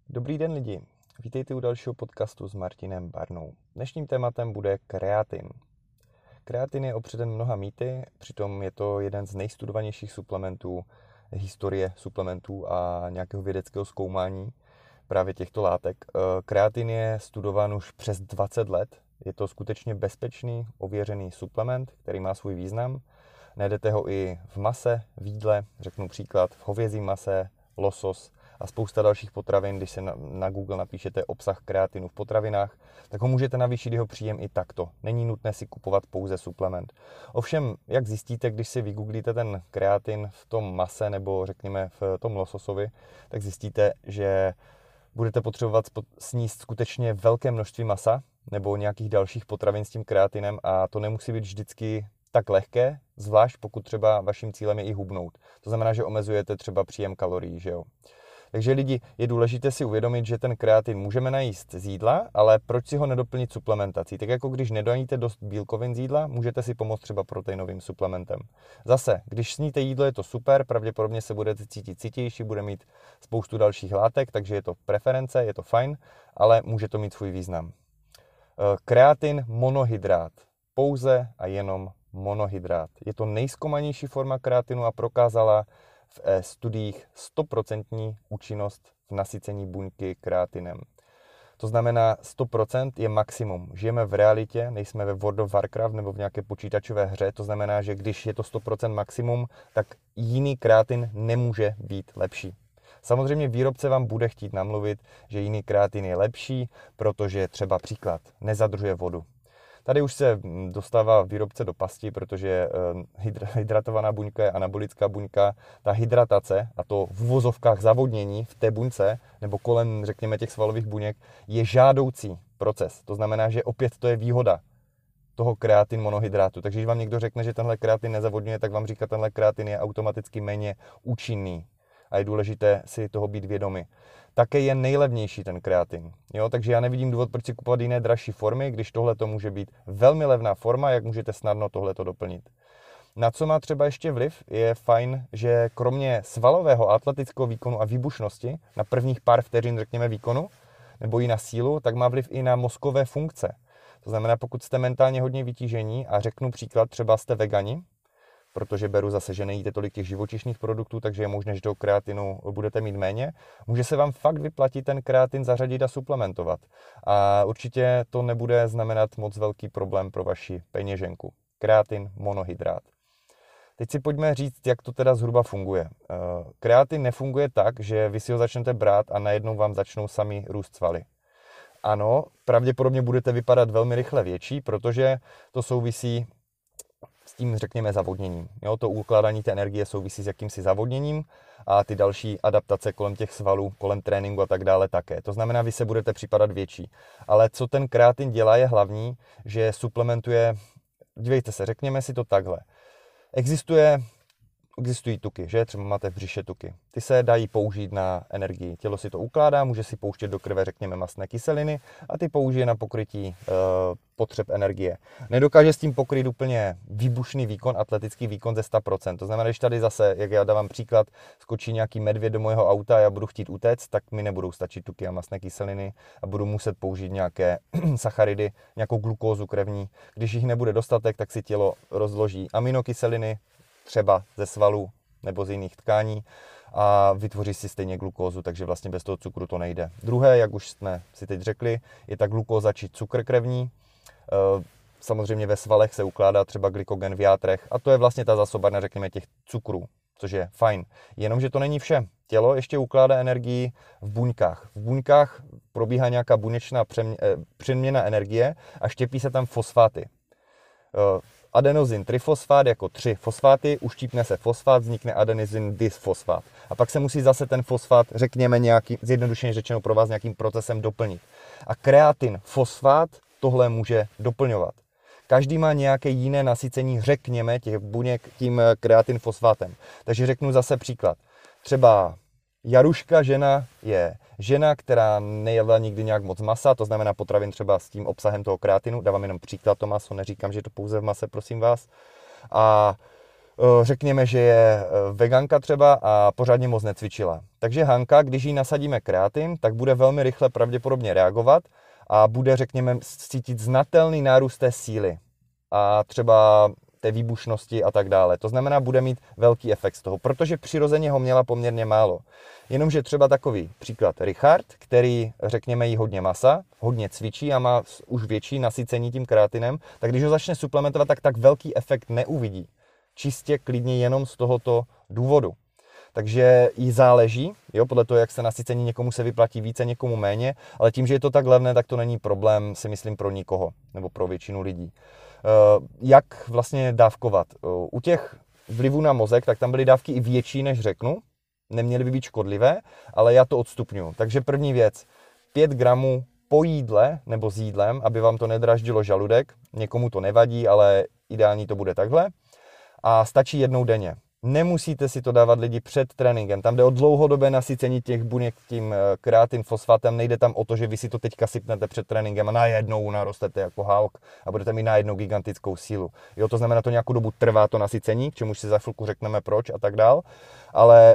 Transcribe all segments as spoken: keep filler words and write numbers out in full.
Dobrý den lidi, vítejte u dalšího podcastu s Martinem Barnou. Dnešním tématem bude kreatin. Kreatin je opředen mnoha mýty, přitom je to jeden z nejstudovanějších suplementů historie suplementů a nějakého vědeckého zkoumání právě těchto látek. Kreatin je studován už přes dvacet let, je to skutečně bezpečný, ověřený suplement, který má svůj význam. Najdete ho i v mase, v jídle, řeknu příklad, v hovězím mase, losos a spousta dalších potravin. Když se na, na Google napíšete obsah kreatinu v potravinách, tak ho můžete navýšit jeho příjem i takto. Není nutné si kupovat pouze suplement. Ovšem, jak zjistíte, když si vygooglíte ten kreatin v tom mase nebo řekněme v tom lososovi, tak zjistíte, že budete potřebovat sníst skutečně velké množství masa nebo nějakých dalších potravin s tím kreatinem a to nemusí být vždycky tak lehké, zvlášť pokud třeba vaším cílem je i hubnout. To znamená, že omezujete třeba příjem kalorií, že jo. Takže lidi, je důležité si uvědomit, že ten kreatin můžeme najíst z jídla, ale proč si ho nedoplnit suplementací? Tak jako když nedojíte dost bílkovin z jídla, můžete si pomoct třeba proteinovým suplementem. Zase, když sníte jídlo, je to super, pravděpodobně se budete cítit citější, bude mít spoustu dalších látek, takže je to preference, je to fajn, ale může to mít svůj význam. Kreatin monohydrát. Pouze a jenom monohydrát. Je to nejzkoumanější forma kreatinu a prokázala v studiích sto procent účinnost v nasycení buňky kreatinem. To znamená, sto procent je maximum. Žijeme v realitě, nejsme ve World of Warcraft nebo v nějaké počítačové hře, to znamená, že když je to sto procent maximum, tak jiný kreatin nemůže být lepší. Samozřejmě výrobce vám bude chtít namluvit, že jiný kreatin je lepší, protože třeba příklad nezadržuje vodu. Tady už se dostává výrobce do pasti, protože hydratovaná buňka je anabolická buňka. Ta hydratace a to v uvozovkách zavodnění v té buňce nebo kolem, řekněme, těch svalových buněk je žádoucí proces. To znamená, že opět to je výhoda toho kreatin monohydrátu. Takže když vám někdo řekne, že tenhle kreatin nezavodňuje, tak vám říká, že tenhle kreatin je automaticky méně účinný. A je důležité si toho být vědomi. Také je nejlevnější ten kreatin. Jo? Takže já nevidím důvod, proč si kupovat jiné dražší formy, když tohle to může být velmi levná forma, jak můžete snadno tohleto doplnit. Na co má třeba ještě vliv, je fajn, že kromě svalového a atletického výkonu a výbušnosti, na prvních pár vteřin, řekněme, výkonu, nebo i na sílu, tak má vliv i na mozkové funkce. To znamená, pokud jste mentálně hodně vytížení a řeknu příklad, třeba jste vegani, protože beru zase, že nejíte tolik těch živočišných produktů, takže je možné, že toho kreatinu budete mít méně. Může se vám fakt vyplatit ten kreatin zařadit a suplementovat. A určitě to nebude znamenat moc velký problém pro vaši peněženku. Kreatin monohydrát. Teď si pojďme říct, jak to teda zhruba funguje. Kreatin nefunguje tak, že vy si ho začnete brát a najednou vám začnou sami růst svaly. Ano, pravděpodobně budete vypadat velmi rychle větší, protože to souvisí s tím, řekněme, zavodněním. Jo, to ukládání té energie souvisí s jakýmsi zavodněním a ty další adaptace kolem těch svalů, kolem tréninku a tak dále také. To znamená, vy se budete připadat větší. Ale co ten kreatin dělá je hlavní, že suplementuje, dívejte se, řekněme si to takhle. Existuje, existují tuky, že? Třeba máte v břiše tuky. Ty se dají použít na energii. Tělo si to ukládá, může si pouštět do krve, řekněme, mastné kyseliny a ty použije na pokrytí e, potřeb energie. Nedokáže s tím pokryt úplně výbušný výkon, atletický výkon ze sto procent. To znamená, když tady zase, jak já dávám příklad, skočí nějaký medvěd do mojeho auta a já budu chtít utéct, tak mi nebudou stačit tuky a mastné kyseliny a budu muset použít nějaké sacharidy, nějakou glukózu krevní. Když jich nebude dostatek, tak si tělo rozloží aminokyseliny, třeba ze svalů nebo z jiných tkání a vytvoří si stejně glukózu, takže vlastně bez toho cukru to nejde. Druhé, jak už jsme si teď řekli, je ta glukóza či cukr krevní. Samozřejmě ve svalech se ukládá třeba glykogen v játrech a to je vlastně ta zásobárna, řekněme, těch cukrů, což je fajn. Jenomže to není vše. Tělo ještě ukládá energii v buňkách. V buňkách probíhá nějaká buněčná přeměna energie a štěpí se tam fosfáty. Adenozin trifosfát jako tři fosfáty, uštípne se fosfát, vznikne adenozin dysfosfát. A pak se musí zase ten fosfát, řekněme nějaký, zjednodušeně řečeno pro vás, nějakým procesem doplnit. A kreatin fosfát tohle může doplňovat. Každý má nějaké jiné nasycení, řekněme, těch buněk tím kreatin fosfátem. Takže řeknu zase příklad. Třeba Jaruška žena je žena, která nejedla nikdy nějak moc masa, to znamená potravin třeba s tím obsahem toho kreatinu. Dávám jenom příklad, to maso, neříkám, že je to pouze v mase, prosím vás. A řekněme, že je veganka třeba a pořádně moc necvičila. Takže Hanka, když jí nasadíme kreatin, tak bude velmi rychle pravděpodobně reagovat a bude, řekněme, cítit znatelný nárůst té síly a třeba té výbušnosti a tak dále. To znamená, bude mít velký efekt z toho, protože přirozeně ho měla poměrně málo. Jenomže třeba takový příklad Richard, který, řekněme, jí hodně masa, hodně cvičí a má už větší nasycení tím kreatinem, tak když ho začne suplementovat, tak tak velký efekt neuvidí. Čistě klidně jenom z tohoto důvodu. Takže jí záleží, jo, podle toho, jak se nasycení, někomu se vyplatí více, někomu méně, ale tím, že je to tak levné, tak to není problém, si myslím, pro nikoho, nebo pro většinu lidí. Jak vlastně dávkovat? U těch vlivů na mozek, tak tam byly dávky i větší, než řeknu, neměly by být škodlivé, ale já to odstupňuji. Takže první věc, pět gramů po jídle nebo s jídlem, aby vám to nedraždilo žaludek, někomu to nevadí, ale ideální to bude takhle. A stačí jednou denně. Nemusíte si to dávat lidi před tréninkem. Tam jde o dlouhodobé nasycení těch buněk tím kreatin fosfátem. Nejde tam o to, že vy si to teďka sypnete před tréninkem a najednou narostete jako Hulk a budete mít najednou gigantickou sílu. Jo, to znamená, to nějakou dobu trvá to nasycení, k čemuž si za chvilku řekneme proč a tak dál. Ale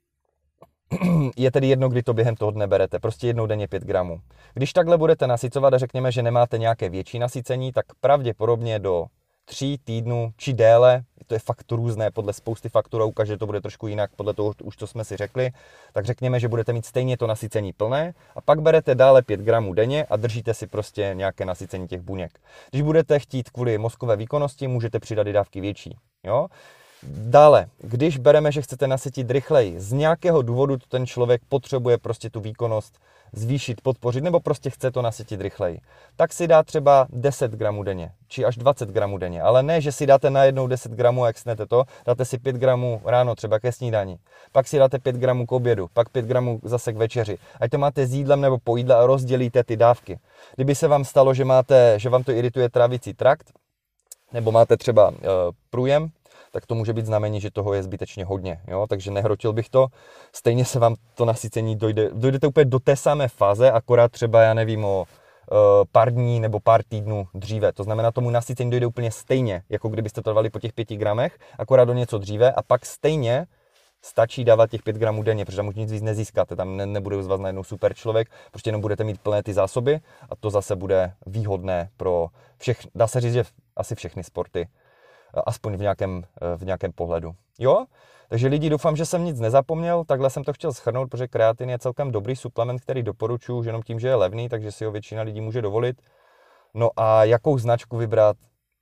je tedy jedno, kdy to během toho dne berete. Prostě jednou denně pět gramů. Když takhle budete nasycovat a řekněme, že nemáte nějaké větší nasycení, tak pravděpodobně do tří týdnů či déle, to je fakt různé, podle spousty faktorů, každé to bude trošku jinak, podle toho už, co jsme si řekli, tak řekněme, že budete mít stejně to nasycení plné a pak berete dále pět gramů denně a držíte si prostě nějaké nasycení těch buněk. Když budete chtít kvůli mozkové výkonnosti, můžete přidat i dávky větší. Jo? Dále, když bereme, že chcete nasytit rychleji, z nějakého důvodu ten člověk potřebuje prostě tu výkonnost zvýšit, podpořit, nebo prostě chce to nasytit rychleji, tak si dá třeba deset gramů denně, či až dvacet gramů denně, ale ne, že si dáte najednou deset gramů a jak snete to, dáte si pět gramů ráno třeba ke snídani, pak si dáte pět gramů k obědu, pak pět gramů zase k večeři, ať to máte s jídlem nebo po jídle a rozdělíte ty dávky. Kdyby se vám stalo, že, máte, že vám to irituje trávicí trakt, nebo máte třeba e, průjem, tak to může být znamení, že toho je zbytečně hodně, jo? Takže nehrotil bych to. Stejně se vám to nasycení dojde, dojdete úplně do té samé fáze, akorát třeba, já nevím, o uh, pár dní nebo pár týdnů dříve. To znamená, tomu nasycení dojde úplně stejně, jako kdybyste to dávali po těch pěti gramech, akorát do něco dříve a pak stejně stačí dávat těch pět gramů denně, protože tam už nic víc nezískáte, tam ne, nebude z vás najednou super člověk, prostě jenom budete mít plné ty zásoby a to zase bude výhodné pro všech, dá se říct, že asi všechny sporty, aspoň v nějakém, v nějakém pohledu. Jo? Takže lidi, doufám, že jsem nic nezapomněl, takhle jsem to chtěl shrnout, protože kreatin je celkem dobrý suplement, který doporučuji už jenom tím, že je levný, takže si ho většina lidí může dovolit. No a jakou značku vybrat?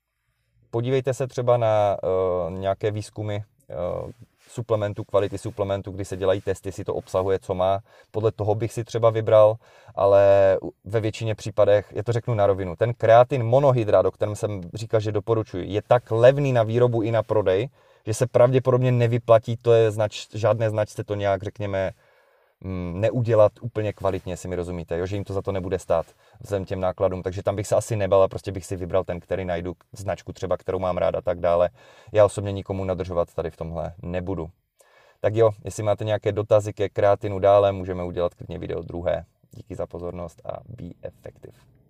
Podívejte se třeba na uh, nějaké výzkumy uh, suplementů, kvality suplementů, kdy se dělají testy, jestli to obsahuje, co má. Podle toho bych si třeba vybral, ale ve většině případech, já to řeknu na rovinu, ten kreatin monohydrát, o kterém jsem říkal, že doporučuji, je tak levný na výrobu i na prodej, že se pravděpodobně nevyplatí to je znač, žádné značce to nějak, řekněme, neudělat úplně kvalitně, si mi rozumíte, jo? Že jim to za to nebude stát vzhledem těm nákladům, takže tam bych se asi nebal a prostě bych si vybral ten, který najdu, značku třeba, kterou mám rád a tak dále. Já osobně nikomu nadržovat tady v tomhle nebudu. Tak jo, jestli máte nějaké dotazy ke kreatinu dále, můžeme udělat klidně video druhé. Díky za pozornost a be effective.